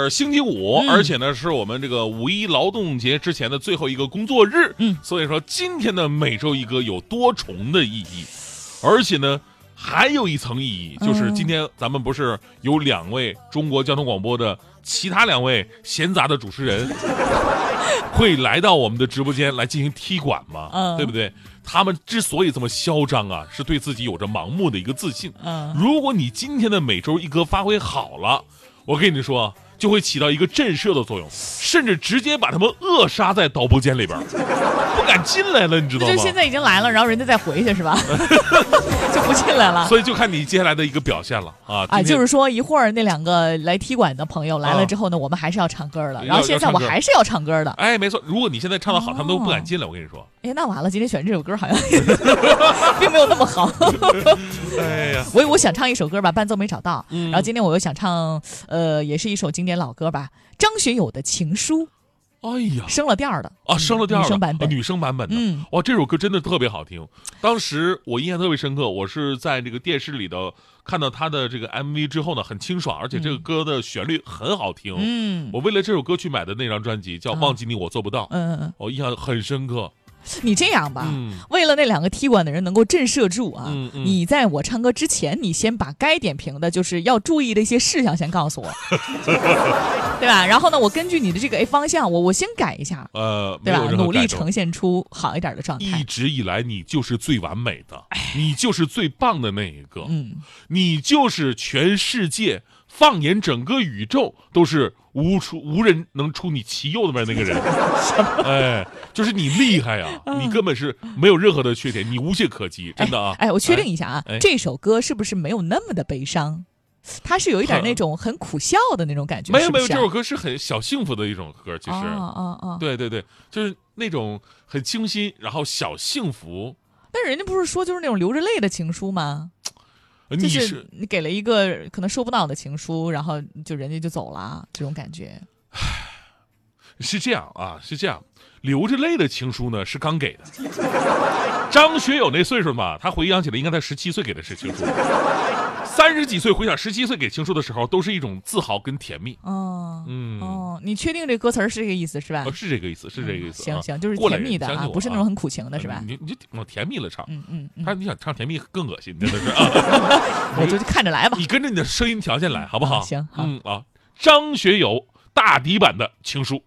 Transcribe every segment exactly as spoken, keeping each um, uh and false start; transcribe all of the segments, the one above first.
星期五，嗯、而且呢是我们这个五一劳动节之前的最后一个工作日。嗯，所以说今天的每周一歌有多重的意义，而且呢还有一层意义，就是今天咱们不是有两位中国交通广播的其他两位闲杂的主持人会来到我们的直播间来进行踢馆吗？嗯，对不对？他们之所以这么嚣张啊，是对自己有着盲目的一个自信。嗯，如果你今天的每周一歌发挥好了，我跟你说，就会起到一个震慑的作用，甚至直接把他们扼杀在导播间里边，不敢进来了，你知道吗？ 就现在已经来了，然后人家再回去是吧？就不进来了。 所以就看你接下来的一个表现了啊！ 啊，就是说一会儿那两个来踢馆的朋友来了之后呢，啊、我们还是要唱歌的。然后现在我还是要唱歌的。 哎，没错，如果你现在唱得好，哦、他们都不敢进来。我跟你说。 哎，那完了，今天选这首歌好像并没有那么好。 哎呀， 我我想唱一首歌吧，伴奏没找到。嗯、然后今天我又想唱，呃，也是一首经典老歌吧，张学友的《情书》。 哎呀， 升了调的啊，升了调的女生版本， 啊、女生版本的。嗯，哇，这首歌真的特别好听。当时我印象特别深刻，我是在这个电视里的看到他的这个 M V 之后呢，很清爽，而且这个歌的旋律很好听。嗯，我为了这首歌去买的那张专辑叫《忘记你我做不到》。嗯嗯，我印象很深刻。 你这样吧、嗯，为了那两个踢馆的人能够震慑住啊、嗯嗯，你在我唱歌之前，你先把该点评的，就是要注意的一些事项先告诉我，对吧？然后呢，我根据你的这个 A 方向，我我先改一下，呃，对吧？努力呈现出好一点的状态。 一直以来，你就是最完美的，你就是最棒的那一个，嗯，你就是全世界，放眼整个宇宙都是。无出无人能出你其右的那个人，哎，就是你厉害呀、啊！你根本是没有任何的缺点，你无懈可击，真的啊！ 哎，哎我确定一下啊、哎，这首歌是不是没有那么的悲伤？它是有一点那种很苦笑的那种感觉。 没有、 啊、 没有，这首歌是很小幸福的一首歌，其实， 哦哦哦， 对对对，就是那种很清新，然后小幸福。 但人家不是说就是那种流着泪的情书吗？ 你是你给了一个可能收不到的情书，然后就人家就走了，这种感觉。 是这样啊，是这样，流着泪的情书呢是刚给的。张学友那岁数嘛，他回想起来应该在十七岁给的是情书。三十几岁回想十七岁给情书的时候，都是一种自豪跟甜蜜。 哦，嗯，哦，你确定这歌词是这个意思是吧？ 哦，是这个意思，是这个意思。 嗯、行行，就是甜蜜的啊，不是那种很苦情的是吧？ 嗯、你你就往甜蜜了唱， 嗯嗯嗯。 他你想唱甜蜜更恶心，真的是啊。 我就看着来吧， 你跟着你的声音条件来，好不好？ 啊、行，好嗯啊，张学友大底版的情书。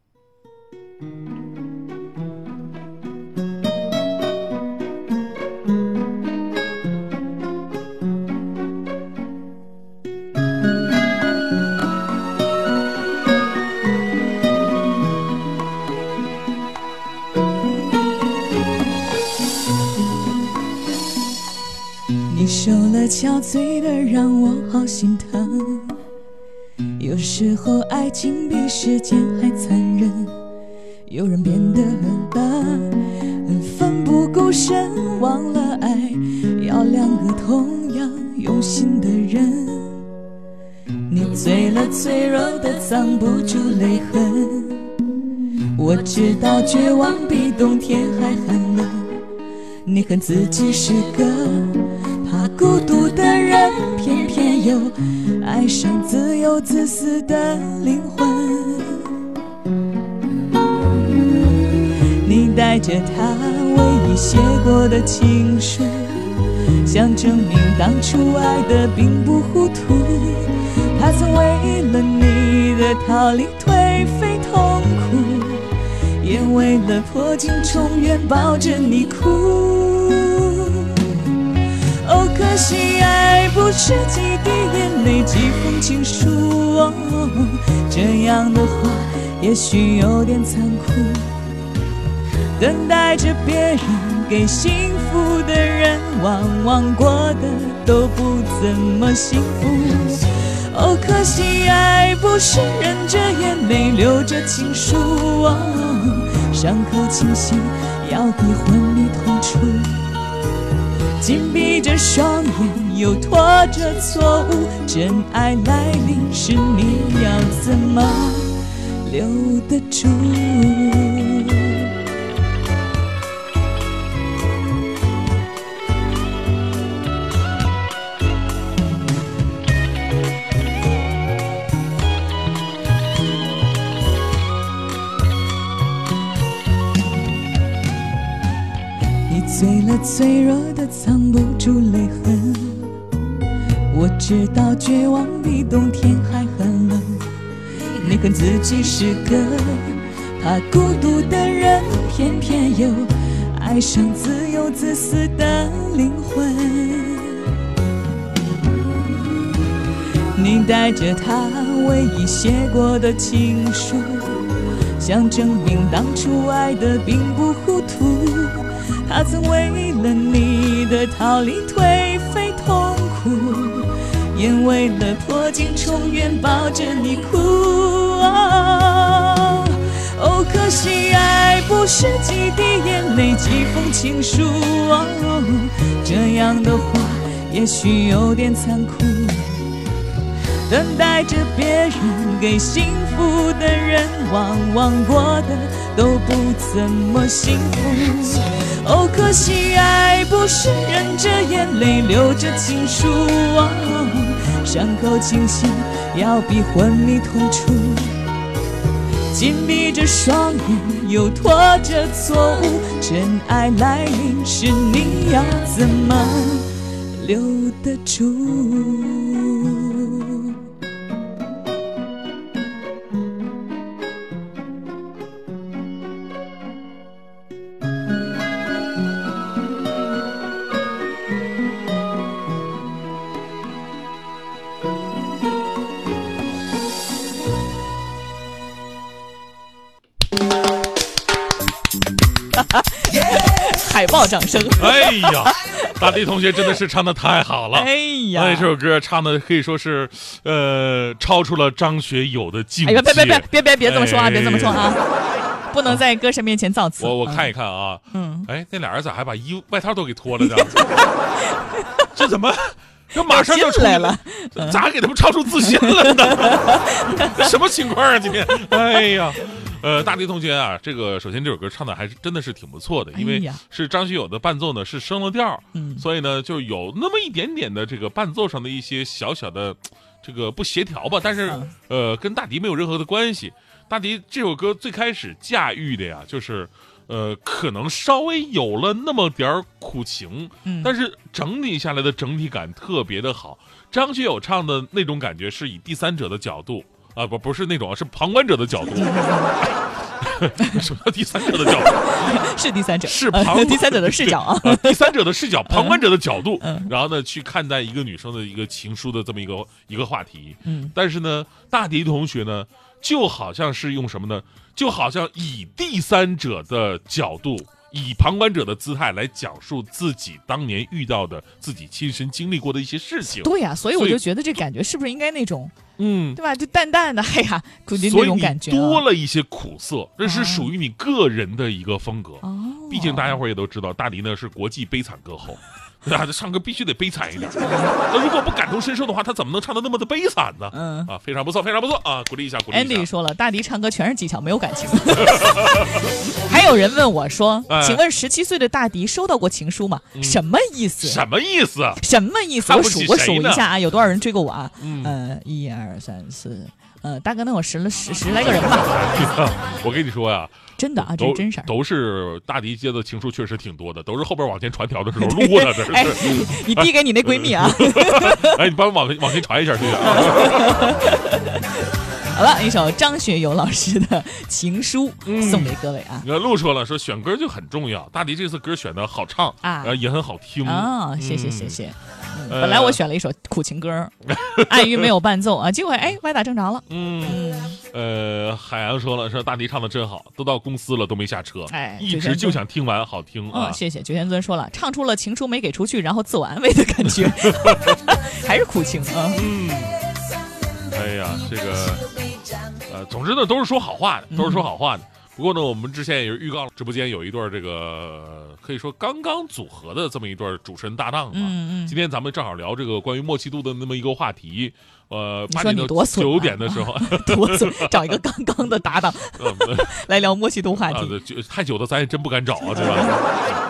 你受了憔悴的让我好心疼，有时候爱情比时间还残忍，有人变得笨，奋不顾身，忘了爱要两个同样用心的人。你醉了，脆弱的藏不住泪痕，我知道绝望比冬天还寒冷，你恨自己是个怕孤独的人，偏偏又爱上自由自私的灵魂。你带着他唯一写过的情书，想证明当初爱的并不糊涂。他曾为了你的逃离颓废痛苦，也为了破镜重圆抱着你哭。哦，可惜爱不是几滴眼泪几封情书，哦，这样的话也许有点残酷。等待着别人给幸福的人，往往过得都不怎么幸福。哦，可惜爱不是忍着眼泪流着情书，哦，伤口清醒要比婚礼痛楚。紧闭着双眼又拖着错误，真爱来临时你要怎么留得住？ 醉了，脆弱的藏不住泪痕。我知道绝望比冬天还很冷，你恨自己是个怕孤独的人，偏偏又爱上自由自私的灵魂。你带着他唯一写过的情书，想证明当初爱的并不糊涂。他曾为了你的逃离颓废痛苦，也为了破镜重圆抱着你哭。哦，哦可惜爱不是几滴眼泪几封情书。哦，这样的话也许有点残酷，等待着别人给幸福的人，往往过的都不怎么幸福。哦，可惜爱不是忍着眼泪流着情书。哦，伤口清醒要比昏迷痛楚，紧闭着双眼又拖着错误，真爱来临时你要怎么留得住？ 海报掌声！ 哎呀，大地同学真的是唱的太好了！ 哎呀， 那首歌唱的可以说是，呃，超出了张学友的境界。 哎呀，别别别别别别这么说啊！别这么说啊！不能在歌神面前造次。 我我看一看啊，嗯，哎，那俩人咋还把衣服外套都给脱了呢？这怎么？这马上就出来了， 咋给他们超出自信了呢？什么情况啊？今天，哎呀，呃，大地同学啊，这个首先这首歌唱的还是真的是挺不错的，因为是张学友的伴奏呢是升了调，嗯，所以呢就有那么一点点的这个伴奏上的一些小小的这个不协调吧，但是呃跟大迪没有任何的关系。大迪这首歌最开始驾驭的呀，就是呃，可能稍微有了那么点儿苦情，嗯，但是整体下来的整体感特别的好。张学友唱的那种感觉是以第三者的角度啊，不不是那种，是旁观者的角度。什么叫第三者的角度？ 是第三者， 是旁、 呃、第三者的视角啊， 呃、第三者的视角，旁观者的角度，嗯、然后呢去看待一个女生的一个情书的这么一个一个话题。嗯，但是呢，大迪同学呢，就好像是用什么呢？就好像以第三者的角度，以旁观者的姿态来讲述自己当年遇到的、自己亲身经历过的一些事情。 对呀、啊，所以我就觉得这感觉是不是应该那种，嗯，对吧？就淡淡的，哎呀，苦的那种感觉、啊。 所以你多了一些苦涩，这是属于你个人的一个风格。哦，毕竟大家伙也都知道，大迪呢是国际悲惨歌后。对啊，这唱歌必须得悲惨一点。那如果不感同身受的话，他怎么能唱得那么的悲惨呢？嗯啊，非常不错，非常不错啊，鼓励一下，鼓励一下。 Andy 说了，大迪唱歌全是技巧，没有感情。还有人问我说，哎、请问十七岁的大迪收到过情书吗？嗯、什么意思？ 什么意思？ 什么意思？我数我数一下啊，有多少人追过我啊？嗯，呃，一二三四，呃，大概能有十了十十来个人吧。 我跟你说呀。 真的啊，这是真事儿， 都是大迪接的情书，确实挺多的，都是后边往前传条的时候录的。这是， 哎、你递给你那闺蜜啊？ 哎，你帮我往往前传一下，对吧？ 好了，一首张学友老师的情书、嗯、送给各位啊。 那陆说了，说选歌就很重要，大迪这次歌选的好唱啊，呃，也很好听啊、哦。谢谢谢谢。嗯呃、本来我选了一首苦情歌，碍于没有伴奏啊，结果哎歪打正着了。嗯， 呃，海洋说了，说大迪唱的真好，都到公司了都没下车，哎，一直就想听完好听啊。 嗯、谢谢九天尊说了，唱出了情书没给出去，然后自我安慰的感觉，还是苦情啊。嗯， 哎呀，这个呃，总之呢都是说好话的，都是说好话的。嗯，不过呢，我们之前也是预告了，直播间有一对这个可以说刚刚组合的这么一对主持人搭档嘛。嗯嗯。今天咱们正好聊这个关于默契度的那么一个话题。呃，八点到九点的时候， 多损，找一个刚刚的搭档来聊默契度话题。 啊、太久的咱也真不敢找啊，对吧？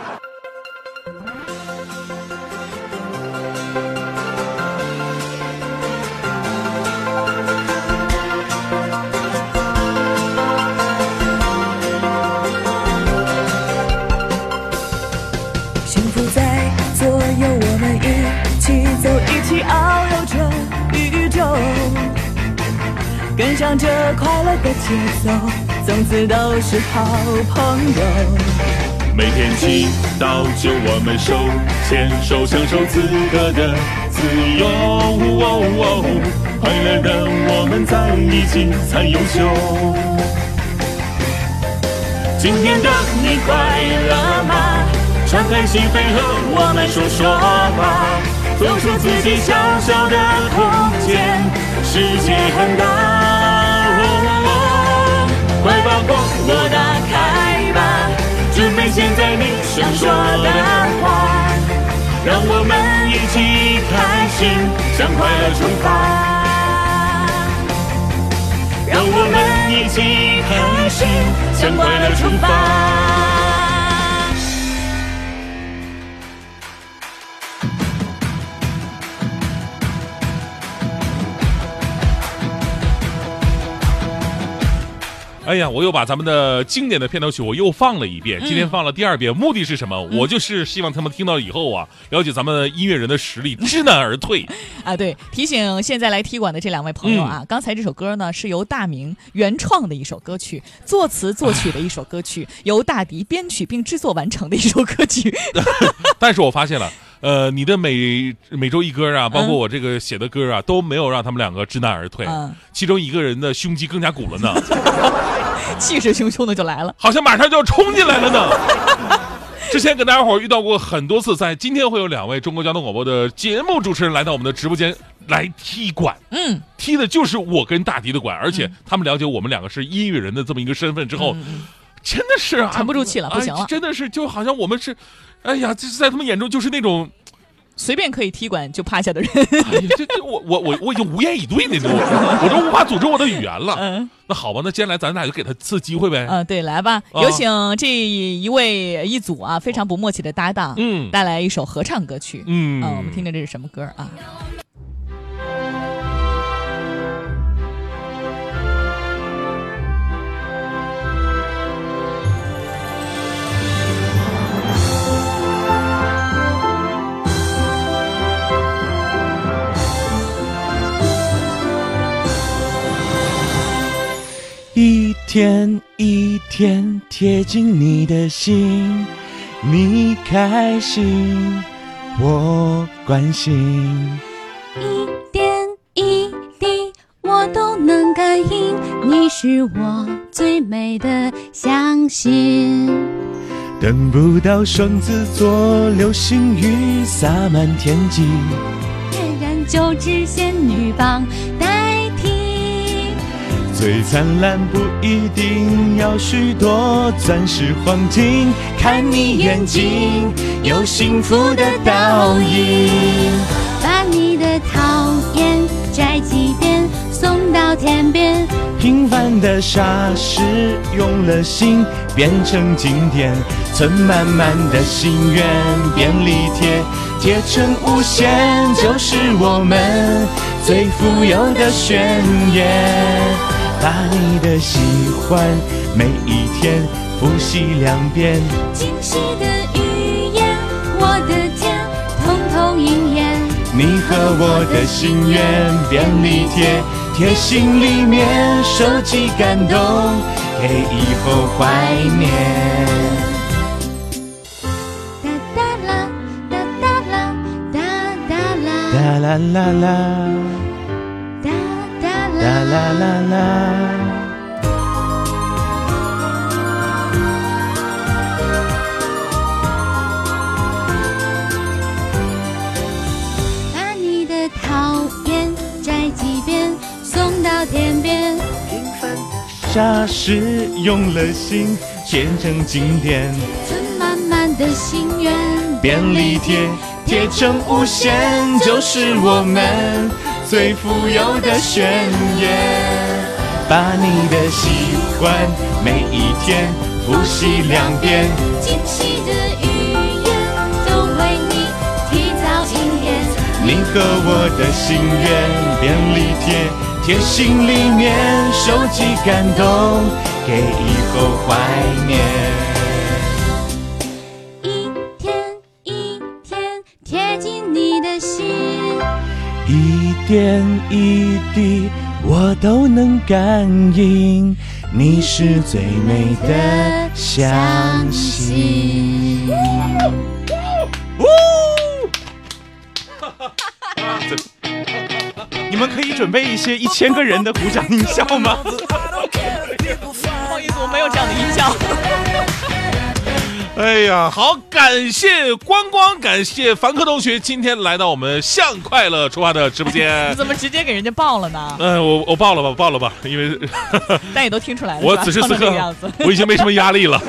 幸福在左右，我们一起走，一起遨游这宇宙，跟上这快乐的节奏，从此都是好朋友。 每天祈祷就我们手牵手，享受此刻的自由。哦哦、快乐的我们在一起才优秀。今天的你快乐吗？敞开心扉和我们说说话，走出自己小小的空间，世界很大。哦、快把广播打开吧，准备现在你想说的话，让我们一起开心，向快乐出发。让我们一起开心，向快乐出发。 哎呀，我又把咱们的经典的片头曲我又放了一遍，今天放了第二遍，目的是什么？嗯、我就是希望他们听到以后啊，了解咱们音乐人的实力，知难而退啊。对，提醒现在来踢馆的这两位朋友啊，嗯、刚才这首歌呢是由大明原创的一首歌曲，作词作曲的一首歌曲，由大迪编曲并制作完成的一首歌曲。 但是我发现了。呃，你的每每周一歌啊，包括我这个写的歌啊，嗯、都没有让他们两个知难而退。嗯、其中一个人的胸肌更加鼓了呢， 气势汹汹的就来了， 好像马上就要冲进来了呢。之前跟大家伙遇到过很多次，在今天会有两位中国交通广播的节目主持人来到我们的直播间来踢馆，嗯，踢的就是我跟大迪的馆，而且他们了解我们两个是音乐人的这么一个身份之后。嗯真的是啊， 沉不住气了，不行了、哎， 真的是就好像我们是，哎呀，这在他们眼中就是那种随便可以踢馆就趴下的人。 哎呀，这这我我我我已经无言以对那种，我都无法组织我的语言了。嗯，那好吧，那接下来咱俩就给他次机会呗。 嗯，对，来吧，有请这一位一组啊非常不默契的搭档，嗯，带来一首合唱歌曲。嗯，嗯，我们听听这是什么歌啊？ 一天一天贴近你的心，你开心，我关心。 一点一滴我都能感应，你是我最美的相信。 等不到双子座流星雨洒满天际， 月然就只仙女棒代替。 最灿烂不一定要许多钻石黄金，看你眼睛有幸福的倒影。 把你的讨厌摘几遍送到天边， 平凡的傻事用了心变成经典，存满满的心愿便利贴，贴成无限，就是我们最富有的宣言。把你的喜欢每一天复习两遍， 惊喜的语言我的天统统应验。 你和我的心愿便利贴，贴心里面收集感动，给以后怀念。 哒哒啦哒哒啦哒哒啦哒啦啦啦哒哒啦啦啦啦啦。 把你的讨厌摘几遍送到天边， 平凡的傻事用了心变成经典， 存满满的心愿便利贴，贴成无限，就是我们最富有的宣言。把你的喜欢每一天复习两遍， 惊喜的语言都为你提早应验。 你和我的心愿便利贴，贴心里面收集感动，给以后怀念。 一天一一点一滴我都能感应，你是最美的相信。你们可以准备一些一千个人的鼓掌音效吗？ 不好意思，我没有这样的音效。 哎呀，好，感谢光光，感谢凡客同学今天来到我们向快乐出发的直播间。 你怎么直接给人家报了呢？ 嗯、呃，我我报了吧，报了吧，因为但也都听出来了。 我此时此刻我已经没什么压力了。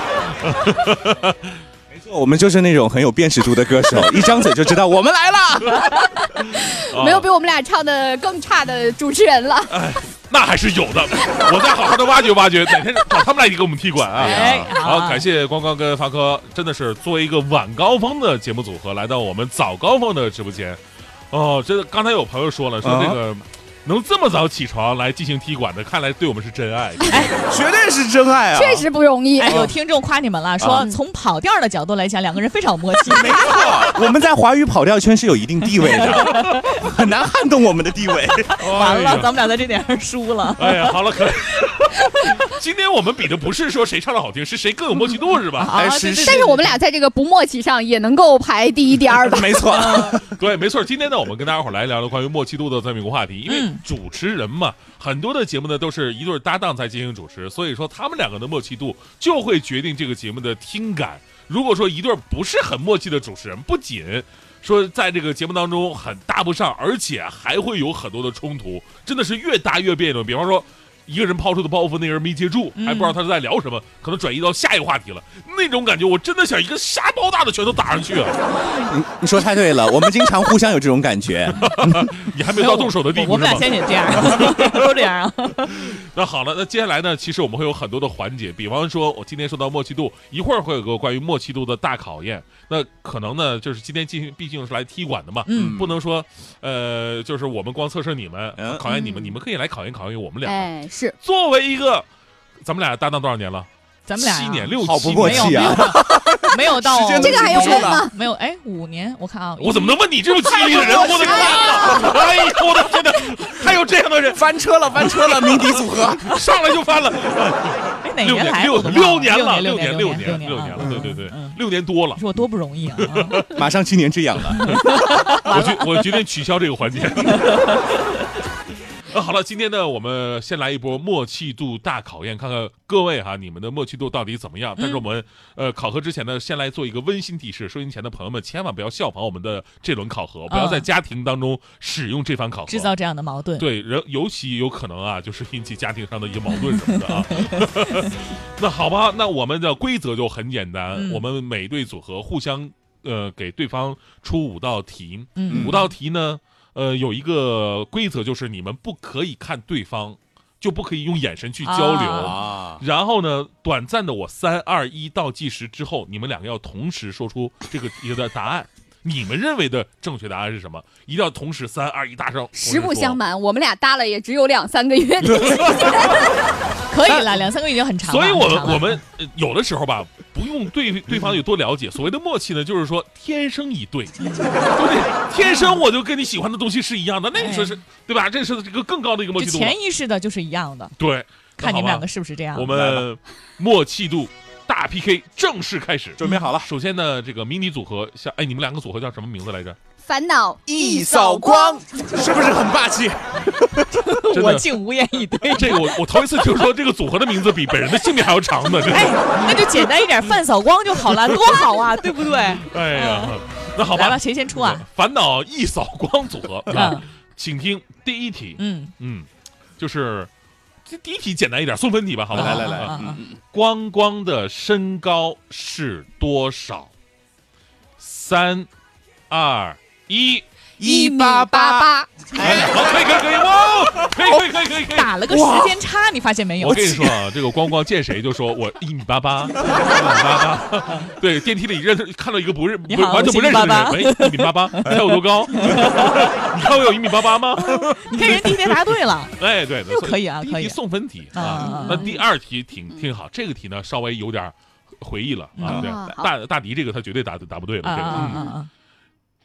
没错，我们就是那种很有辨识度的歌手，一张嘴就知道我们来了。 没有比我们俩唱的更差的主持人了。 哎，那还是有的，我再好好的挖掘挖掘，哪天找他们来给我们踢馆啊！ 哎、 好，感谢光光跟发科，真的是作为一个晚高峰的节目组合，来到我们早高峰的直播间。哦，真的，刚才有朋友说了，说这个。啊能这么早起床来进行踢馆的，看来对我们是真爱。 哎，绝对是真爱啊！ 确实不容易。 哎，有听众夸你们了，说、啊、从跑调的角度来讲，两个人非常默契。 没错，我们在华语跑调圈是有一定地位的，很难撼动我们的地位。 完了，咱们俩在这点上输了。 哎呀，好了，可以。今天我们比的不是说谁唱的好听，是谁更有默契度，是吧？ 啊、 哎， 是。 但是我们俩在这个不默契上也能够排第一、第二吧？ 没错， 对，没错。今天呢，我们跟大家伙来聊聊关于默契度的这么一个话题，因为主持人嘛，很多的节目呢都是一对搭档在进行主持，所以说他们两个的默契度就会决定这个节目的听感。如果说一对不是很默契的主持人，不仅说在这个节目当中很搭不上，而且还会有很多的冲突，真的是越搭越别扭。比方说一个人抛出的包袱，那个人没接住，还不知道他是在聊什么，可能转移到下一个话题了。那种感觉，我真的想一个沙包大的拳头打上去啊！ 你你说太对了，我们经常互相有这种感觉。 你还没到动手的地步， 我们俩先也这样，都这样啊。 那好了，那接下来呢，其实我们会有很多的环节，比方说，我今天说到默契度，一会儿会有个关于默契度的大考验。那可能呢，就是今天进行，毕竟是来踢馆的嘛，嗯，不能说，呃，就是我们光测试你们，嗯、考验你们，嗯、你们可以来考验考验我们俩。 哎，是作为一个，咱们俩搭档多少年了？ 咱们俩、啊、 七年六好不默契啊！ 没有到这个还用问吗？ 没有，哎，五年，我看啊， 我怎么能问你这种激励的人？我的天哪！哎呀，我的天哪！还有这样的人， 翻车了，翻车了，鸣笛组合上来就翻了。 哎，哪年来？ 六六年了， 六年六年六年了，对对对，六年多了。 你说我多不容易啊！ 马上七年之痒了。 我决我决定取消这个环节。那好了，今天呢，我们先来一波默契度大考验，看看各位哈，你们的默契度到底怎么样？但是我们呃考核之前呢，先来做一个温馨提示，收音前的朋友们千万不要效仿我们的这轮考核，不要在家庭当中使用这番考核， 制造这样的矛盾。 对，人尤其有可能啊，就是引起家庭上的一些矛盾什么的啊。那好吧，那我们的规则就很简单，嗯、我们每对组合互相呃给对方出五道题，嗯、五道题呢。呃，有一个规则就是你们不可以看对方，就不可以用眼神去交流。啊、然后呢，短暂的我三二一倒计时之后，你们两个要同时说出这个题的答案。你们认为的正确答案是什么？一定要同时三二一大声。 实不相瞒，我们俩搭了也只有两三个月的时间。 可以了，两三个月已经很长了。 所以我们我们有的时候吧，不用对对方有多了解。所谓的默契呢，就是说天生一对，对不对？天生我就跟你喜欢的东西是一样的，那你说是对吧？这是这个更高的一个默契度。 潜意识的就是一样的。 对， 看你们两个是不是这样。 我们默契度大 P K 正式开始， 准备好了。 首先呢，这个迷你组合，像哎，你们两个组合叫什么名字来着？ 烦恼一扫光，是不是很霸气？ 我竟无言以对。 这个我我头一次听说这个组合的名字比本人的姓名还要长呢。 哎，那就简单一点，范扫光就好了，多好啊，对不对？ 哎呀，嗯、那好吧， 来吧，谁先出啊？ 烦恼一扫光组合，嗯，请听第一题。嗯嗯，就是这第一题简单一点，送分题吧，好吧？ 来来来， 嗯嗯、光光的身高是多少？三二一。 一八八八， 哎，好，可以可以可以，哇，可以可以可以可以可以， 打了个时间差，你发现没有？ 我跟你说啊，这个光光见谁就说我一米八八，一米八八，对，电梯里认识看到一个不认不完全不认识的人，喂，一米八八，你猜我多高？你看我有一米八八吗？ 你看人第一天答对了， 哎，对， 可以啊，可以。 送分题啊，那第二题挺挺好，这个题呢稍微有点回忆了啊，对，大大迪这个他绝对答答不对了，这个。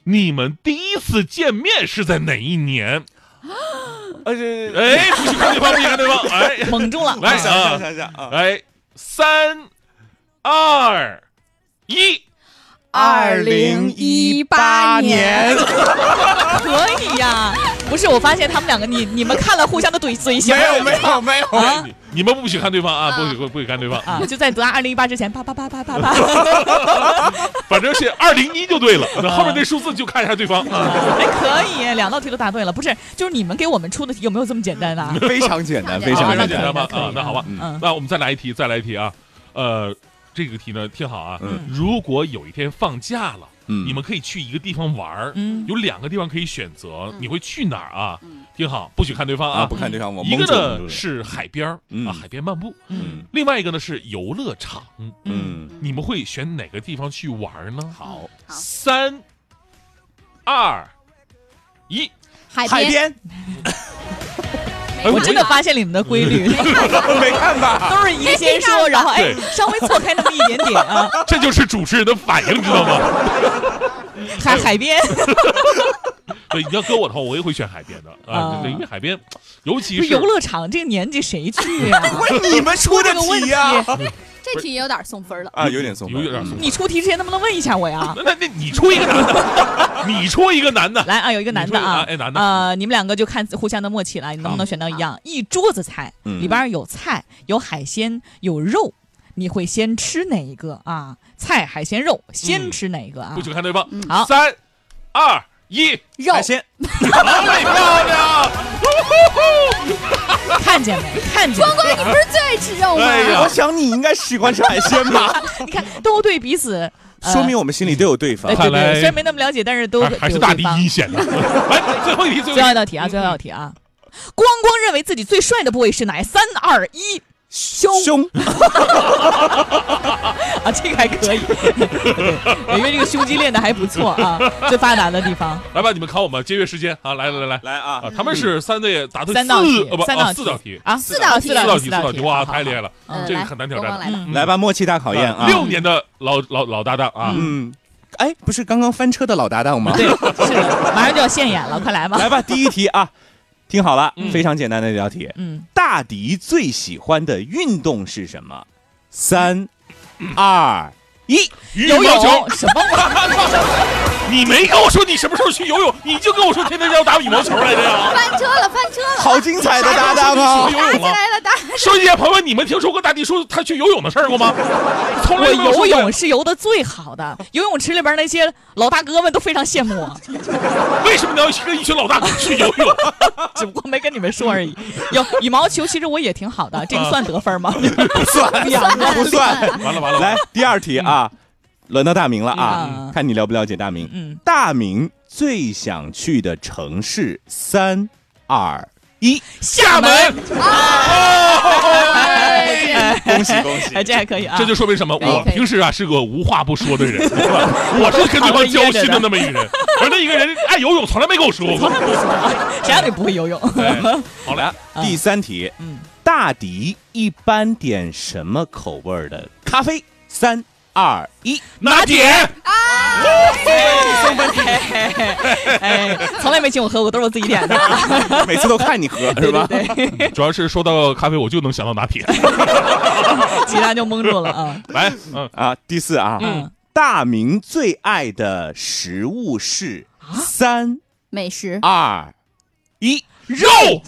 你们第一次见面是在哪一年？ 而且哎，不许看对方，不许看对方，哎， 蒙住了。 来想想想想啊， 来，三、二、一。 二零一八年， 可以呀。不是，我发现他们两个，你你们看了互相的嘴嘴型， 没有没有没有啊！你, 你们不许看对方啊，不许不许看对方啊！就在得二零一八之前，啪啪啪啪啪啪， 反正是二零一就对了，那后面那数字就看一下对方啊。 哎，可以，两道题都答对了。不是，就是你们给我们出的题有没有这么简单啊？ 非常简单，非常简单吧？啊，那好吧， 嗯， 那我们再来一题，再来一题啊，呃。这个题呢，听好啊！嗯、如果有一天放假了，嗯、你们可以去一个地方玩，嗯、有两个地方可以选择，嗯、你会去哪儿啊？嗯、听好，不许看对方啊！ 啊不看对方，我一个呢是海边、嗯、啊，海边漫步， 嗯， 另外一个呢是游乐场， 嗯， 你们会选哪个地方去玩呢？ 好， 三、二、一， 海海边。 我真的发现你们的规律， 没看吧？ 都是一个先说，然后哎，稍微错开那么一点点啊。 这就是主持人的反应，知道吗？ 海海边。 对，你要搁我的话，我也会选海边的啊，因为海边，尤其是游乐场这个年纪谁去啊？ 你们出的题呀。 这题有点送分了啊，有点送分， 有点送分。 你出题之前能不能问一下我呀？ 那那你出一个男的，你出一个男的， 来啊，有一个男的啊， 哎，男的， 呃，你们两个就看互相的默契了，你能不能选到一样？一桌子菜，里边有菜，有海鲜，有肉，你会先吃哪一个啊？菜、海鲜、肉，先吃哪一个啊？ 不许看对方。 好， 三、二、一， 肉。 海鲜， 好嘞，漂亮。 看见没？看见没？ 光光，你不是最爱吃肉吗？ 哎呀， 我想你应该喜欢吃海鲜吧？ 你看，都对彼此， 说明我们心里都有对方。 对对对，虽然没那么了解，但是都还是大敌阴险的。来，最后一题， 最后一道题啊，最后一道题啊！光光认为自己最帅的部位是哪？三二一，胸胸。 啊，这个还可以，因为这个胸肌练的还不错啊，最发达的地方。 来吧，你们考我们节约时间啊！来来来来来啊！ 啊，他们是三队答对三道题， 呃不三道四道题啊， 四道题， 四道题，四道题，哇，太厉害了，这个很难挑战。 来吧，默契大考验啊！ 六年的老老老搭档啊， 嗯，哎，不是刚刚翻车的老搭档吗？ 对，是的，马上就要现眼了，快来吧！ 来吧，第一题啊，听好了，非常简单的这道题。 嗯， 大迪最喜欢的运动是什么？三、二、一， 游泳。什么？ 你没跟我说你什么时候去游泳，你就跟我说天天要打羽毛球来着呀！ 翻车了，翻车了！ 好精彩的搭档啊！ 打起来了，打！ 收音机朋友们，你们听说过大迪说他去游泳的事儿过吗？从来没有。 我游泳是游的最好的，游泳池里边那些老大哥们都非常羡慕我。 为什么你要跟一群老大哥去游泳？ 只不过没跟你们说而已。有羽毛球，其实我也挺好的，这个算得分吗？ 不算，不算。 完了完了， 来第二题啊。轮到大明了啊！嗯、看你了不了解大明。嗯，大明最想去的城市，三、二、一， 厦门。 哎、恭喜恭喜！ 哎，这还可以啊！ 这就说明什么？我平时啊是个无话不说的人，我是跟对方交心的那么一个人。而那一个人爱游泳，从来没跟我说过。 谁让你不会游泳？ 好嘞， 第三题。嗯，大迪一般点什么口味的咖啡？三。二一拿铁啊！ 送分题， 哎，从来没请我喝过，都是我自己点的， 每次都看你喝是吧？ 对对对， 主要是说到咖啡，我就能想到拿铁， 其他就蒙住了啊。 来，嗯啊，第四啊，嗯，大明最爱的食物是三美食二一肉。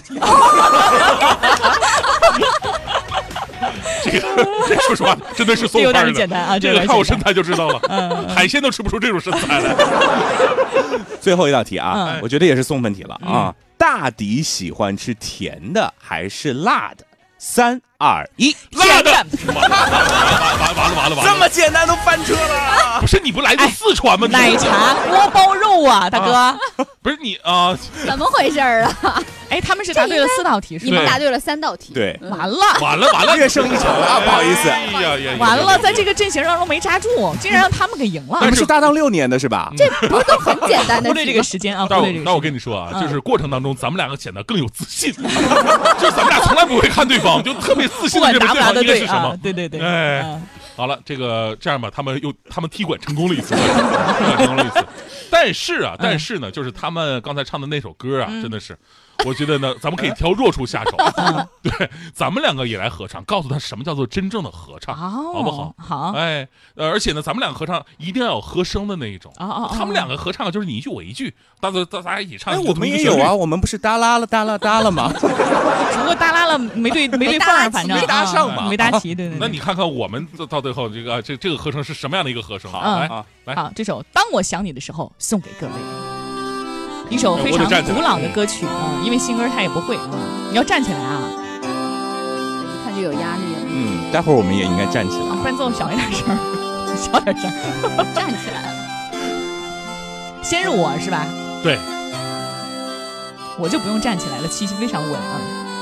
这个，这说实话，真的是送分的。 有点简单啊， 这个看我身材就知道了，嗯、海鲜都吃不出这种身材来。 最后一道题啊，嗯、我觉得也是送分题了啊。嗯、大迪喜欢吃甜的还是辣的？三二一， 辣的！完了完了完了完了！ 这么简单都翻车了？ 不是你不来自四川吗？ 奶茶锅包肉啊，大哥！ 不是你啊？ 怎么回事啊？ 哎，他们是答对了四道题， 你们答对了三道题。 对， 完了完了完了， 略胜一筹啊！不好意思， 哎呀呀， 完了，在这个阵型当中没抓住，竟然让他们给赢了。 你们是搭档六年的是吧？ 这不都很简单的？ 忽略这个时间啊！ 那我那我跟你说啊，就是过程当中咱们两个显得更有自信，就是咱们俩从来不会看对方，就特别自信的认为对方应该是什么。 对对对， 哎，好了，这个这样吧，他们又他们踢馆成功了一次，成功了一次，但但是啊，但是呢，就是他们刚才唱的那首歌啊，真的是。我觉得呢，咱们可以挑弱处下手，对，咱们两个也来合唱，告诉他什么叫做真正的合唱，好不好？ 好， 哎，呃，而且呢，咱们两个合唱一定要有和声的那一种，他们两个合唱就是你一句我一句，大家大家一起唱。 哎，我们也有啊，我们不是哒啦了哒啦哒了吗？ 只不过哒啦了没对没对缝，反正没搭上嘛， 没搭齐，对对。 那你看看我们到最后这个这这个和声是什么样的一个和声？ 来来， 好，这首《当我想你的时候》送给各位。一首非常古老的歌曲啊，因为新歌他也不会啊，你要站起来啊， 一看就有压力了。 嗯，待会儿我们也应该站起来， 啊、伴奏小一点声，小点声， 站起来了。 先入我是吧？ 对， 我就不用站起来了，气息非常稳啊。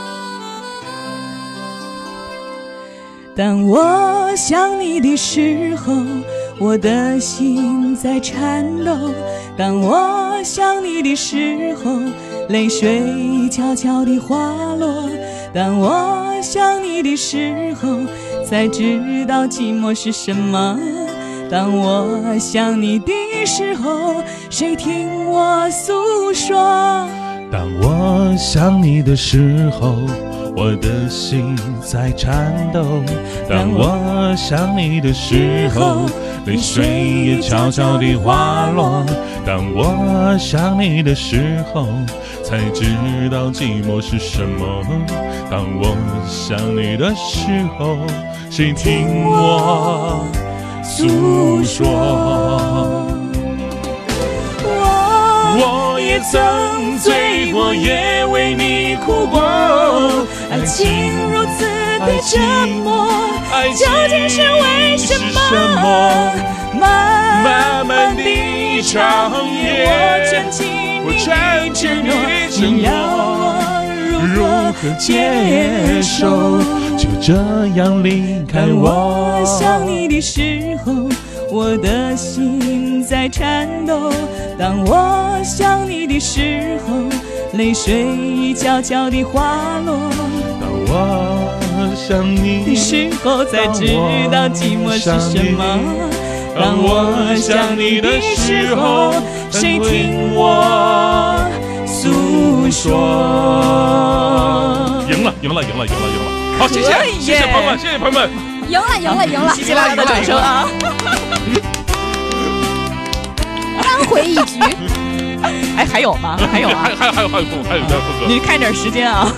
当我想你的时候，我的心在颤抖。当我想你的时候，泪水悄悄地滑落。当我想你的时候，才知道寂寞是什么。当我想你的时候，谁听我诉说？ 当我想你的时候，我的心在颤抖。当我想你的时候，泪水也悄悄地滑落。当我想你的时候，才知道寂寞是什么。当我想你的时候，谁听我诉说？我也曾醉过，也为你哭过。 爱情如此的折磨，究竟是为什么？ 漫漫的长夜，我串起你的承诺，如何接受？就这样离开我。 我想你的时候，我的心在颤抖。当我想你的时候，泪水悄悄地滑落。 当我想你的时候，才知道寂寞是什么。 当我想你的时候，谁听我诉说？ 赢了，赢了，赢了，赢了，赢了！好，谢谢，谢谢朋友们，谢谢朋友们， 赢了，赢了，赢了！ 谢谢大家的掌声啊！ 扳回一局。 哎，还有吗？还有啊？ 还有还有还有还有还有副歌， 你看点时间啊！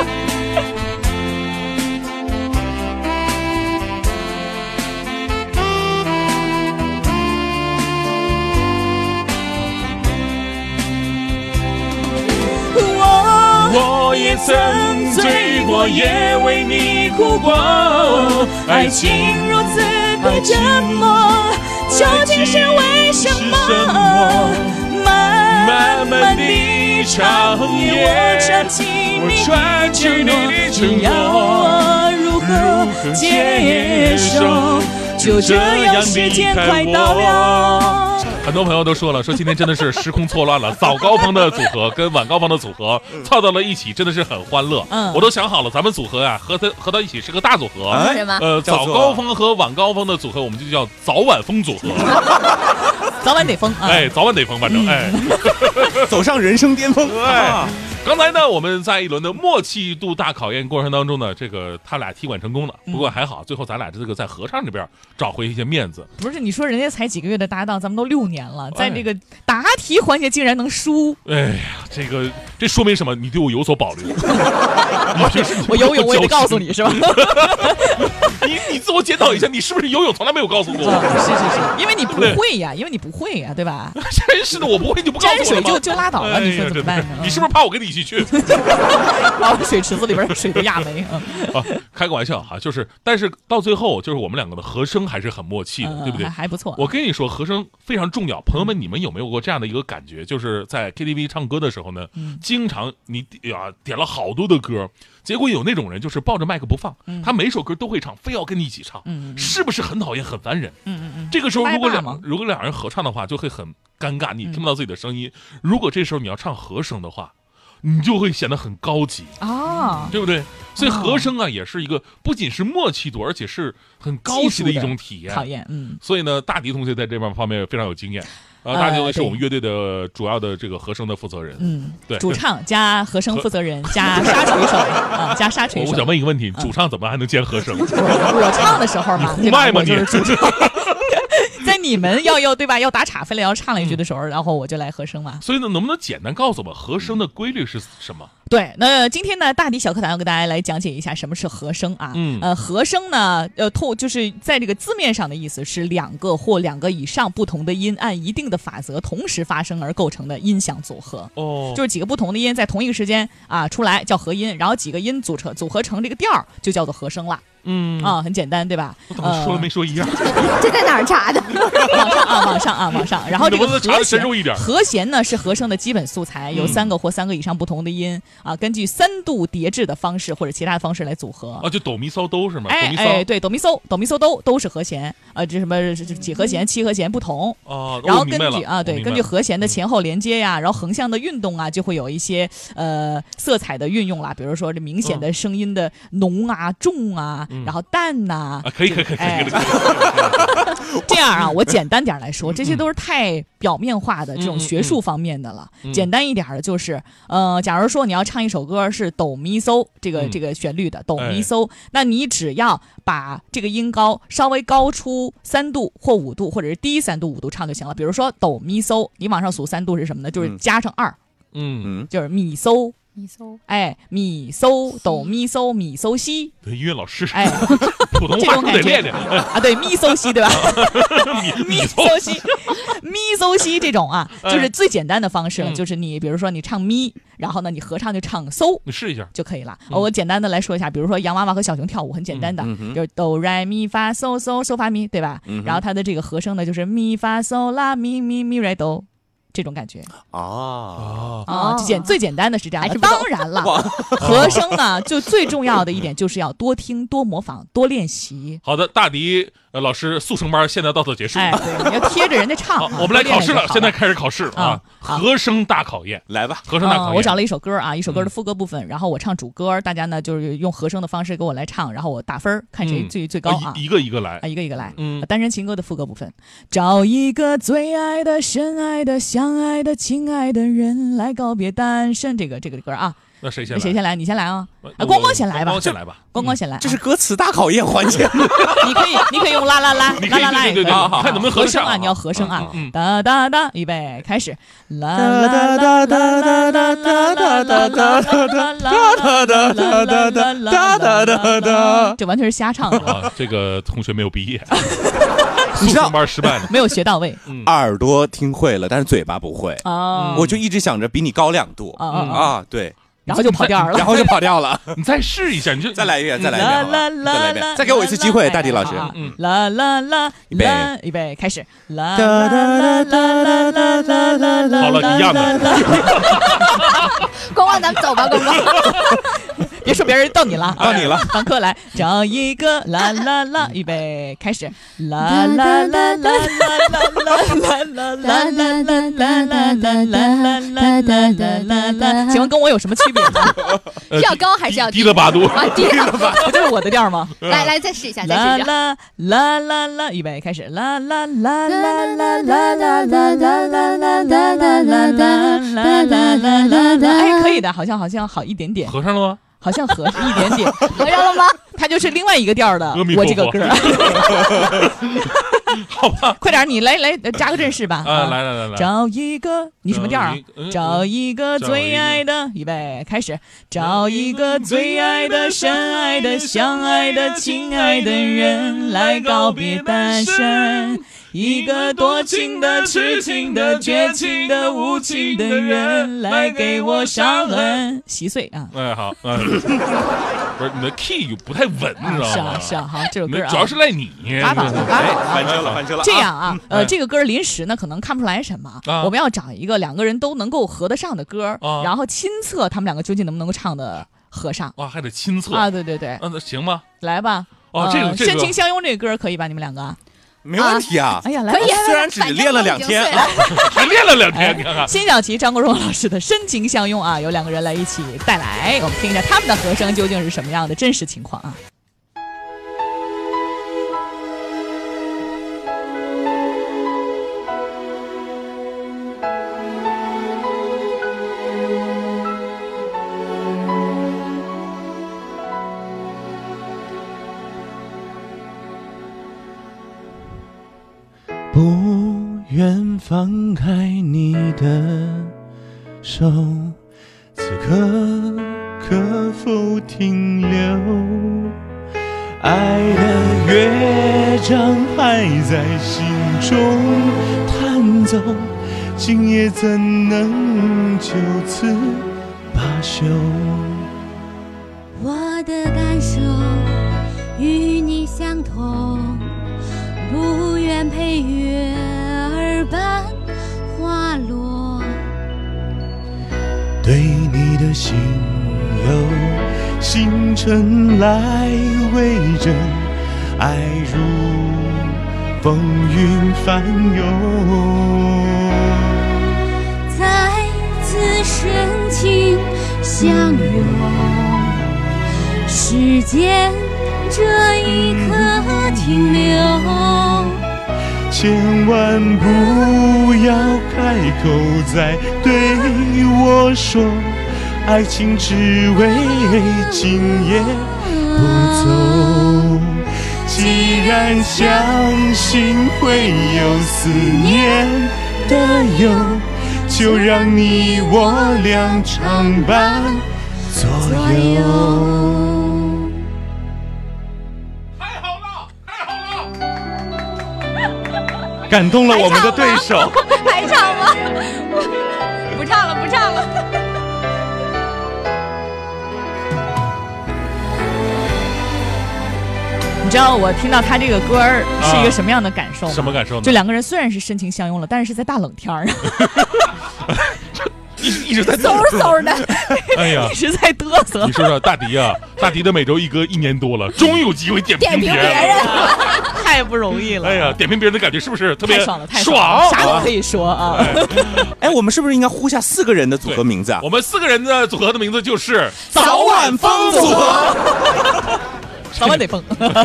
我也曾醉过，也为你哭过。 爱情如此的折磨，究竟是为什么？漫漫的长夜，我串起你的承诺，要我如何接受？就这样，时间快到了。 很多朋友都说了，说今天真的是时空错乱了，早高峰的组合跟晚高峰的组合凑到了一起，真的是很欢乐。嗯，我都想好了，咱们组合呀、啊，合在合到一起是个大组合。 什么？ 呃，早高峰和晚高峰的组合，我们就叫早晚风组合。 早晚得风， 哎，早晚得风，反正哎， 走上人生巅峰。 哎，刚才呢，我们在一轮的默契度大考验过程当中呢，这个他俩踢馆成功了，不过还好，最后咱俩这个在合唱这边找回一些面子。 不是，你说人家才几个月的搭档，咱们都六年了，在这个答题环节竟然能输， 哎呀，这个这说明什么？你对我有所保留。 我游泳我也得告诉你是吧？ 你你自我检讨一下，你是不是游泳从来没有告诉过我？ 是是是，因为你不会呀，因为你不会呀，对吧？ 真是的，我不会就不告诉我了吗？ 沾水就就拉倒了，你说怎么办呢？ 你是不是怕我跟你一起去？ 把我水池子里边水都压没啊！开个玩笑哈，就是，但是到最后，就是我们两个的和声还是很默契的，对不对？ 还不错。 我跟你说，和声非常重要。朋友们，你们有没有过这样的一个感觉？就是在 K T V 唱歌的时候呢，经常你呀点了好多的歌。结果有那种人就是抱着麦克不放，嗯、他每首歌都会唱，非要跟你一起唱，嗯、是不是很讨厌、很烦人？嗯嗯嗯。这个时候如果两如果两人合唱的话，就会很尴尬，你听不到自己的声音。嗯、如果这时候你要唱和声的话，你就会显得很高级啊， 对不对？所以和声啊，也是一个不仅是默契度，而且是很高级的一种体验。 考验，嗯。 所以呢，大迪同学在这方面非常有经验。 啊，大牛是我们乐队的主要的这个和声的负责人。 嗯， 对， 主唱加和声负责人加沙锤手啊，加沙锤手。 我想问一个问题，主唱怎么还能兼和声？ 我唱的时候嘛， 胡麦吗你？ 在你们要要对吧？要打岔，非得要唱了一句的时候，然后我就来和声嘛。 所以呢，能不能简单告诉我们和声的规律是什么？ 对，那今天呢，大迪小课堂要给大家来讲解一下什么是和声啊。 嗯， 呃，和声呢，呃，透就是在这个字面上的意思是两个或两个以上不同的音按一定的法则同时发生而构成的音响组合。 哦， 就是几个不同的音在同一个时间啊出来叫和音，然后几个音组成组合成这个调儿就叫做和声了。 嗯啊，很简单，对吧？ 我怎么说了没说一样？ 这在哪儿查的？ 往上啊，往上啊，往上。然后这个和弦， 一和弦呢是和声的基本素材，有三个或三个以上不同的音啊，根据三度叠制的方式或者其他的方式来组合。 啊，就哆咪嗦哆是吗？ 哎哎，对，哆咪嗦，哆咪嗦哆都是和弦啊，这什么几和弦、七和弦不同啊。 然后根据啊，对，根据和弦的前后连接呀，然后横向的运动啊，就会有一些呃色彩的运用啦，比如说这明显的声音的浓啊、重啊，然后淡呐。啊， 可以可以可以可以。 这样啊，我简单点来说，这些都是太表面化的这种学术方面的了。 嗯嗯嗯、 简单一点的就是，呃，假如说你要唱一首歌是哆咪嗦这个、嗯、这个旋律的哆咪嗦，哎、那你只要把这个音高稍微高出三度或五度，或者是低三度五度唱就行了。比如说哆咪嗦，你往上数三度是什么呢？就是加上二， 嗯， 就是咪嗦。 咪嗦， 哎，咪嗦哆咪嗦咪嗦西， 对，音乐老师， 哎， 普通话得练练啊，对，咪嗦西对吧？咪嗦西，咪嗦西这种啊，就是最简单的方式了，就是你比如说你唱咪，然后呢你合唱就唱嗦， 你试一下就可以了。我简单的来说一下，比如说洋娃娃和小熊跳舞很简单的，就是哆来咪发嗦嗦嗦发咪，对吧？然后它的这个和声呢就是咪发嗦拉咪咪咪来哆。这种感觉啊啊，简最简单的是这样的。当然了，和声呢，就最重要的一点就是要多听、多模仿、多练习。 好的，大迪呃老师速成班现在到此结束。 哎，对，你要贴着人家唱。 我们来考试了，现在开始考试啊！和声大考验， 来吧， 和声大考验。 我找了一首歌啊，一首歌的副歌部分，然后我唱主歌，大家呢就是用和声的方式给我来唱，然后我打分，看谁最最高啊！ 一个一个来啊，一个一个来。 嗯， 单身情歌的副歌部分，找一个最爱的、深爱的、相爱的、亲爱的人来告别单身。这个这个歌啊。 那谁先来？ 谁先来？你先来啊！啊，光光先来吧， 光光先来吧， 光光先来。 这是歌词大考验环节。 你可以，你可以用啦啦啦，啦啦啦也可以。 看能不能和声啊？你要和声啊！哒哒哒，预备，开始。啦啦啦啦啦啦啦啦啦啦啦啦啦啦啦啦啦啦，这完全是瞎唱的。这个同学没有毕业，速成班失败了， 没有学到位。 耳朵听会了，但是嘴巴不会啊！ 我就一直想着比你高两度啊啊！对。 然后就跑调了， 然后就跑调了。 你再试一下，你就再来一遍，再来一遍，再来一遍，再给我一次机会，大迪老师。 啦啦啦， 预备， 预备，开始。啦啦啦啦啦啦啦啦。 好了，一样的。 光光，咱们走吧，光光。 别说别人，到你了， 到你了。 房客来找一个啦啦啦，预备，开始。啦啦啦啦啦啦啦啦啦啦啦啦啦啦啦啦啦啦。请问跟我有什么区别呢？ 是要高还是要低了八度？ 啊，低了八度， 不就是我的调吗？ 来来，再试一下，再试一下。 啦啦啦啦，预备，开始。啦啦啦啦啦啦啦啦啦啦啦啦啦啦啦啦啦啦。哎，可以的，好像好像好一点点。 合上了吗？ 好像合一点点， 合上了吗？ 它就是另外一个调的。我这个歌， 好吧， 快点，你来来加个阵势吧。 啊，来来来来， 找一个，你什么调啊？找一个最爱的，预备，开始。找一个最爱的、深爱的、相爱的、亲爱的人来告别单身。一个多情的、痴情的、绝情的、无情的人来给我伤痕。稀碎啊！ 哎，好，嗯，不是你的 key 不太稳，你知道吗？ 是啊，是啊，好，这首歌啊， 主要是赖你， 拉倒吧，拉倒， 翻车了，翻车了。 这样啊，呃，这个歌临时呢可能看不出来什么，我们要找一个两个人都能够合得上的歌，然后亲测他们两个究竟能不能够唱的合上。 哇，还得亲测啊！对对对， 那行吗？ 来吧。 哦，这个这个深情相拥这个歌可以吧？你们两个？ 没问题啊！ 哎呀，来， 可以， 虽然只练了两天， 还练了两天，你看看。 辛晓琪、张国荣老师的《深情相拥》啊，有两个人来一起带来，我们听一下他们的和声究竟是什么样的真实情况啊。 不愿放开你的手，此刻可否停留？爱的乐章还在心中弹奏，今夜怎能就此罢休？ 我的感受与你相同，不愿陪月儿伴花落。 对你的心有星辰来为证，爱如风云翻涌。 再次深情相拥，时间这一刻停留。 千万不要开口再对我说，爱情只为今夜不走。既然相信会有思念的忧，就让你我俩常伴左右。感动了我们的对手， 还唱吗？不唱了，不唱了。 你知道我听到他这个歌儿是一个什么样的感受吗？ 啊、什么感受呢？ 就两个人虽然是深情相拥了，但是是在大冷天儿。 一一直在嗖嗖的， 哎呀， 一直在嘚瑟。 你说说大迪啊，大迪的每周一歌一年多了，终于有机会点评别人， 点评别人太不容易了。 哎呀，点评别人的感觉是不是特别太爽了？太爽了，啥都可以说啊。 哎，我们是不是应该呼下四个人的组合名字啊？ 我们四个人的组合的名字就是早晚风组合。 早晚得疯。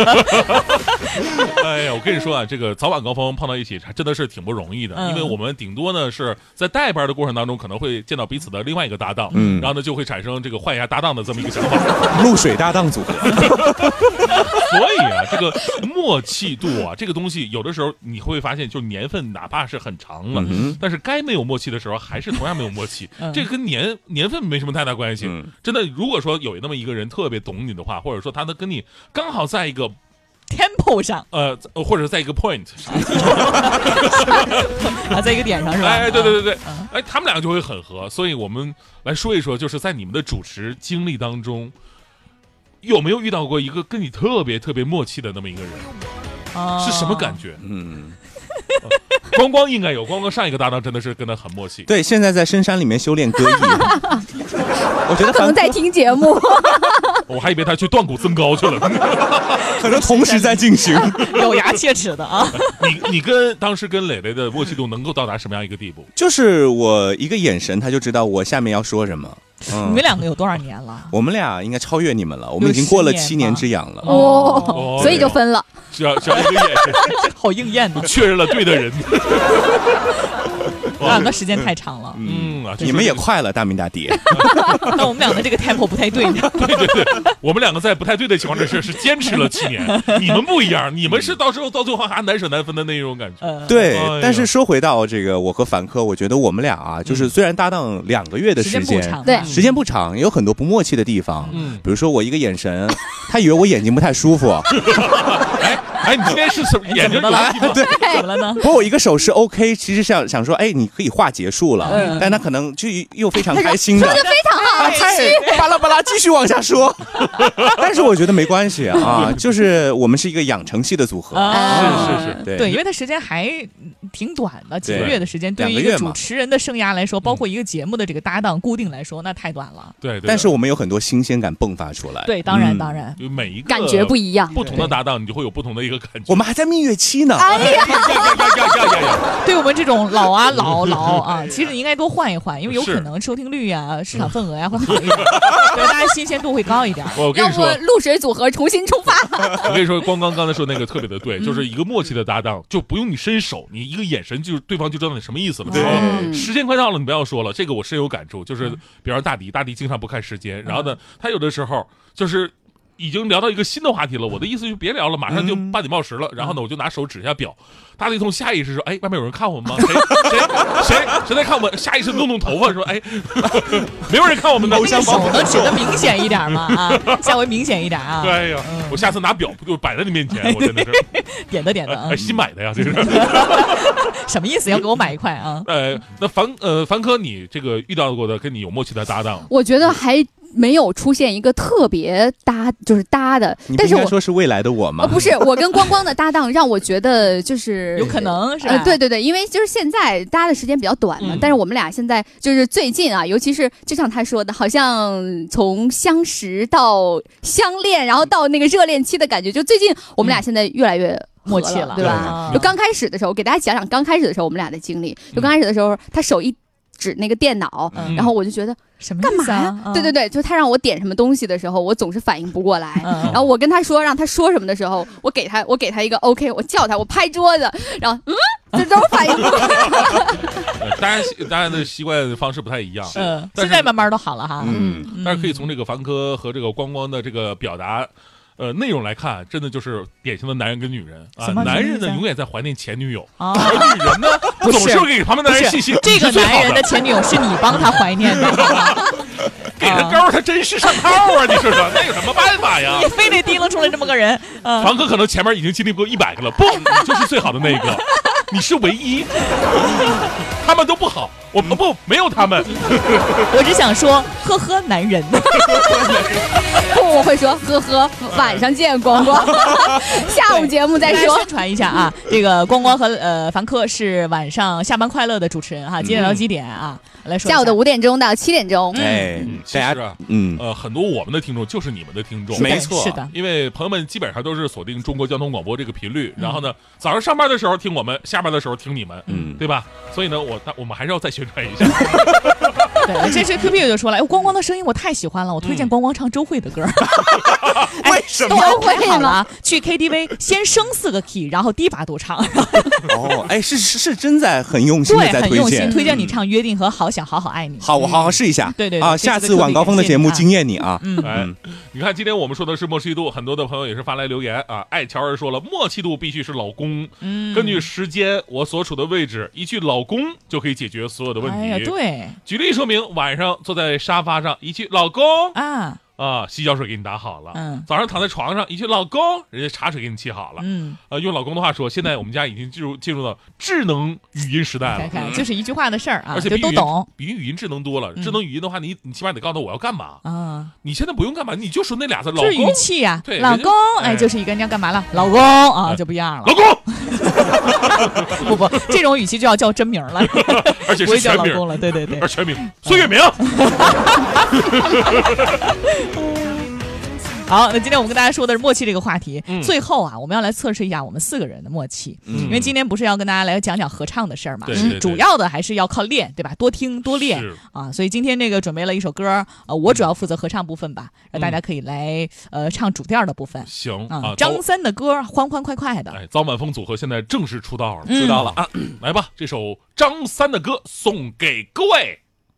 哎呀，我跟你说啊，这个早晚高峰碰到一起，还真的是挺不容易的。嗯、因为我们顶多呢是在带班的过程当中，可能会见到彼此的另外一个搭档，嗯，然后呢就会产生这个换一下搭档的这么一个想法。 露水搭档组合。 所以啊，这个默契度啊，这个东西有的时候你会发现，就年份哪怕是很长了，嗯、但是该没有默契的时候，还是同样没有默契。嗯、这个跟年年份没什么太大关系。嗯、真的，如果说有那么一个人特别懂你的话，或者说他的跟你刚好在一个 tempo 上， 呃，或者在一个 point 上， 啊，在一个点上是吧？ 哎，对对对对，嗯、哎，他们两个就会很合。所以我们来说一说，就是在你们的主持经历当中，有没有遇到过一个跟你特别特别默契的那么一个人？哦、是什么感觉？嗯。光光应该有，光光上一个搭档真的是跟他很默契。 对，现在在深山里面修炼歌艺。我觉得可能在听节目。 我还以为他去断骨增高去了。 可能同时在进行， 咬牙切齿的啊。 你你跟当时跟磊磊的默契度能够到达什么样一个地步？ 就是我一个眼神，他就知道我下面要说什么。 嗯、你们两个有多少年了？ 我们俩应该超越你们了，我们已经过了七年之痒了。 哦，哦所以就分了。 只要只要一个眼神， 好应验的， 确认了对的人。 啊，那时间太长了。 嗯啊， 你们也快了，大明大迪。 那我们俩的这个 tempo 不太对呢。 对对对，我们两个在不太对的情况之下是坚持了七年，你们不一样，你们是到时候到最后还难舍难分的那种感觉。 呃、对、哎，但是说回到这个我和凡科，我觉得我们俩啊，就是虽然搭档两个月的时间， 对、 嗯，时间不长，有很多不默契的地方。嗯，比如说我一个眼神，他以为我眼睛不太舒服。 哎哎，你今天是什么眼睛有问题吗？ 对， 怎么了呢？ 不过我一个手势 OK， 其实想想说，哎，你可以话结束了，嗯、但他可能就又非常开心的， 说的非常好， 太巴拉巴拉继续往下说。但是我觉得没关系啊，就是我们是一个养成系的组合， 啊、 是是是， 对对，因为它时间还挺短的，几个月的时间，对于一个主持人的生涯来说，包括一个节目的这个搭档固定来说，那太短了。 对， 但是我们有很多新鲜感迸发出来。 对，当然当然， 就每一个感觉不一样， 不同的搭档你就会有不同的一个感觉。 我们还在蜜月期呢。 哎呀， 对我们这种老啊老老啊，其实你应该多换一换，因为有可能收听率呀、市场份额呀会好一点，对大家新鲜度会高一点。 我跟你说， 露水组合重新出发。 我跟你说，光刚刚才说那个特别的对，就是一个默契的搭档，就不用你伸手，你一个眼神就对方就知道你什么意思了。对，时间快到了，你不要说了，这个我深有感触。就是比方说大迪，大迪经常不看时间，然后呢，他有的时候就是已经聊到一个新的话题了，我的意思就别聊了，马上就八点报时了。然后呢，我就拿手指一下表，大迪从下意识说：“哎，外面有人看我们吗？谁谁谁谁在看我们？”下意识弄弄头发说：“哎，没有人看我们的。” 手能指的明显一点吗？啊，下回明显一点啊！ 对呀，我下次拿表不就摆在你面前？我真的是点的点的啊， 新买的呀，这是什么意思？要给我买一块啊？ 呃，那凡呃凡科，你这个遇到过的跟你有默契的搭档， 我觉得还没有出现一个特别搭，就是搭的。但是我说是未来的我吗？ 呃、不是，我跟光光的搭档让我觉得就是有可能是吧、 呃，对对对，因为就是现在搭的时间比较短嘛、嗯，但是我们俩现在就是最近啊，尤其是就像他说的，好像从相识到相恋，然后到那个热恋期的感觉，就最近我们俩现在越来越默契了， 对吧？就刚开始的时候，我给大家讲讲刚开始的时候我们俩的经历。就刚开始的时候，他手一指那个电脑、嗯，然后我就觉得什么干嘛呀、啊？对对对，就他让我点什么东西的时候，我总是反应不过来。嗯、然后我跟他说让他说什么的时候，我给他我给他一个 OK， 我叫他，我拍桌子，然后嗯，这都反应不过来。 当然，当然的习惯方式不太一样。 嗯，现在慢慢都好了哈。 嗯，嗯但是可以从这个凡科和这个光光的这个表达。呃，内容来看，真的就是典型的男人跟女人啊。男人呢，永远在怀念前女友， 啊、 而女人呢，总是给旁边男人信息。 这个男人的前女友是你帮他怀念的， 给他勾，他真是上套啊！你说说，那有什么办法呀？ 你非得提溜出来这么个人。 凡、嗯、哥可能前面已经经历过一百个了，不，你就是最好的那一个，你是唯一，他们都不好。我们不没有他们， 我只想说，呵呵，男人。 不，我会说，呵呵，晚上见，光光。下午节目再说。 宣传一下啊，这个光光和呃凡科是晚上下班快乐的主持人哈，几点到几点啊？来说。 下午的五点钟到七点钟。 哎， 嗯，其实啊，嗯呃，很多我们的听众就是你们的听众， 没错， 是的， 因为朋友们基本上都是锁定中国交通广播这个频率，然后呢，早上上班的时候听我们，下班的时候听你们，嗯，对吧？所以呢，我我们还是要再宣传一下。 对，这是 Q P 就说了，哎，光光的声音我太喜欢了，我推荐光光唱周慧的歌。 嗯、为什么？ 周慧好了，去 K T V 先升四个 key， 然后低八度唱。 哦，哎，是是是真在很用心的在推荐， 很用心推荐你唱《约定》和《好想好好爱你》。 好，我好好试一下。 对对对啊，下次晚高峰的节目惊艳你啊！ 嗯，哎，你看今天我们说的是默契度，很多的朋友也是发来留言啊。爱乔儿说了，默契度必须是老公。嗯，根据时间，我所处的位置，一句老公就可以解决所有的问题。 哎呀，对。 举例说明，晚上坐在沙发上，一句老公啊。 啊，洗脚水给你打好了。 嗯， 早上躺在床上，一句老公，人家茶水给你沏好了。 嗯， 呃，用老公的话说，现在我们家已经进入进入到智能语音时代了。 看看，就是一句话的事儿啊， 而且都懂。 比语音智能多了，智能语音的话，你你起码得告诉我要干嘛啊。 你现在不用干嘛，你就说那俩字，老公。语气呀， 对， 老公，哎，就是一个人要干嘛了，老公啊，就不一样了。 老公， 不不，这种语气就要叫真名了， 而且是全名了，对对对， 而全名孙月明。 好，那今天我们跟大家说的是默契这个话题。嗯、最后啊，我们要来测试一下我们四个人的默契，嗯、因为今天不是要跟大家来讲讲合唱的事儿嘛， 对对对， 主要的还是要靠练，对吧？多听多练啊。所以今天这个准备了一首歌，呃，我主要负责合唱部分吧，让大家可以来呃唱主调的部分。 行啊，张三的歌欢欢快快的。 哎，早晚风组合现在正式出道了， 嗯、 出道了啊！来吧，这首张三的歌送给各位。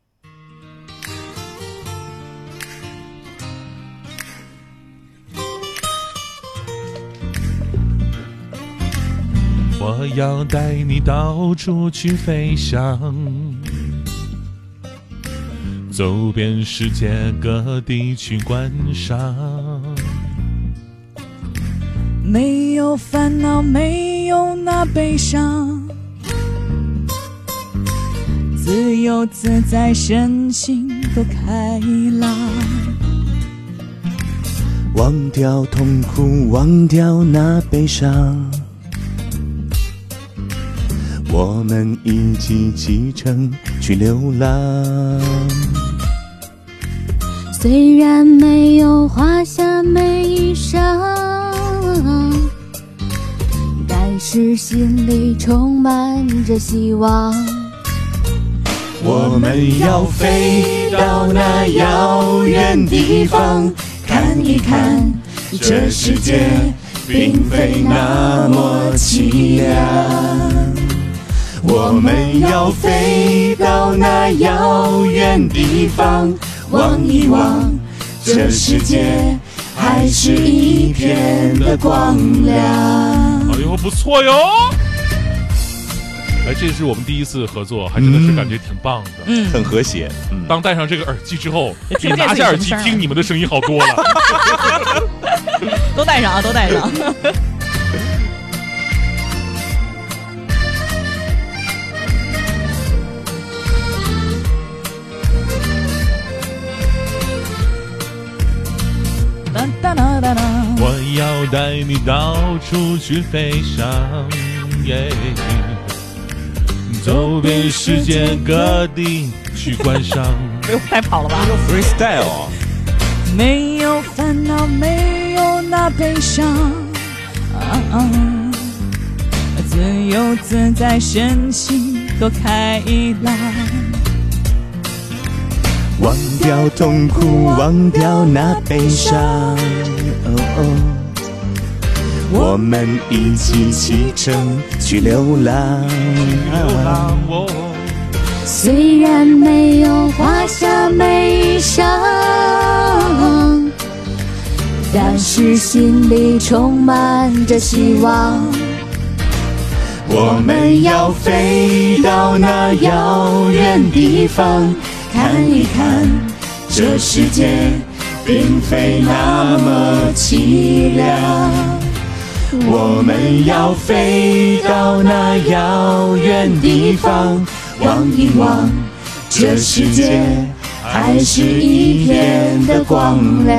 我要带你到处去飞翔，走遍世界各地去观赏， 没有烦恼，没有那悲伤，自由自在，身心多开朗， 忘掉痛苦，忘掉那悲伤，我们一起启程去流浪。 虽然没有华厦美衣裳，但但是心里充满着希望。 我们要飞到那遥远地方，看一看这世界并非那么凄凉。我们要飞到那遥远地方，望一望这世界还是一片的光亮。 哎呦，不错哟！哎，这是我们第一次合作，还真的是感觉挺棒的， 嗯， 很和谐。嗯， 当戴上这个耳机之后，比拿下耳机听你们的声音好多了。 都戴上啊，都戴上。 我要带你到处去飞翔，耶，走遍世界各地去观赏。 没有太跑了吧 ？Freestyle， 没有烦恼，没有那悲伤，啊啊，自由自在，身心多开朗。 忘掉痛苦，忘掉那悲伤，哦哦，我们一起启程去流浪。 流浪哦， 虽然没有华厦美裳，但是心里充满着希望。 我们要飞到那遥远地方，看一看这世界并非那么凄凉。我们要飞到那遥远地方，望一望这世界还是一片的光亮。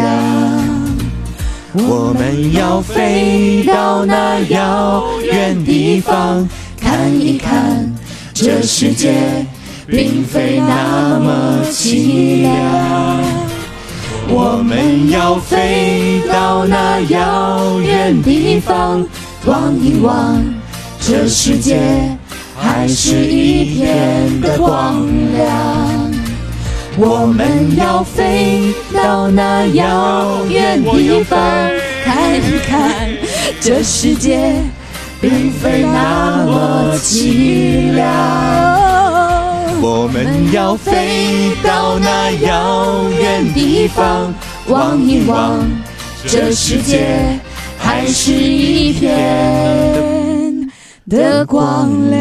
我们要飞到那遥远地方，看一看这世界并非那么凄凉。我们要飞到那遥远地方，望一望这世界还是一片的光亮。我们要飞到那遥远地方，看一看这世界并非那么凄凉。我们要飞到那遥远地方，望一望这世界还是一片的光亮。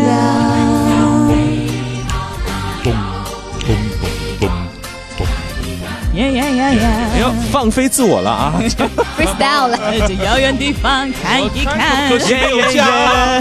咚咚咚咚咚！ 耶耶耶耶！ 哎呦，放飞自我了啊 freestyle 了。 这遥远地方看一看。 可惜没有家。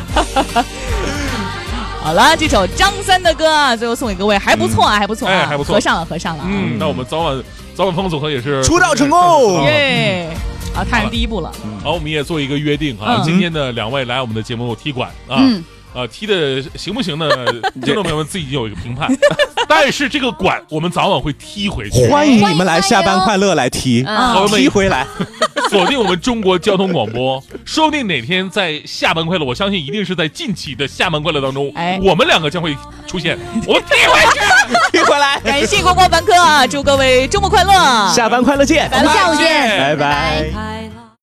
好了，这首张三的歌啊，最后送给各位，还不错啊，还不错啊， 哎，还不错， 合上了，合上了。 嗯，那我们早晚早晚风组合也是出道成功， 耶！啊，踏上第一步了。 好，我们也做一个约定啊， 嗯今天的两位来我们的节目踢馆啊。 嗯呃，踢的行不行呢？听众朋友们自己有一个评判。但是这个馆我们早晚会踢回去。 欢迎你们来下班快乐来踢， 嗯踢回来。 锁定我们中国交通广播，说不定哪天在下班快乐，我相信一定是在近期的下班快乐当中， 哎我们两个将会出现。我们踢回去， 踢回来。 感谢光光凡客啊，祝各位周末快乐， 下班快乐见， 咱们下午见， 拜拜。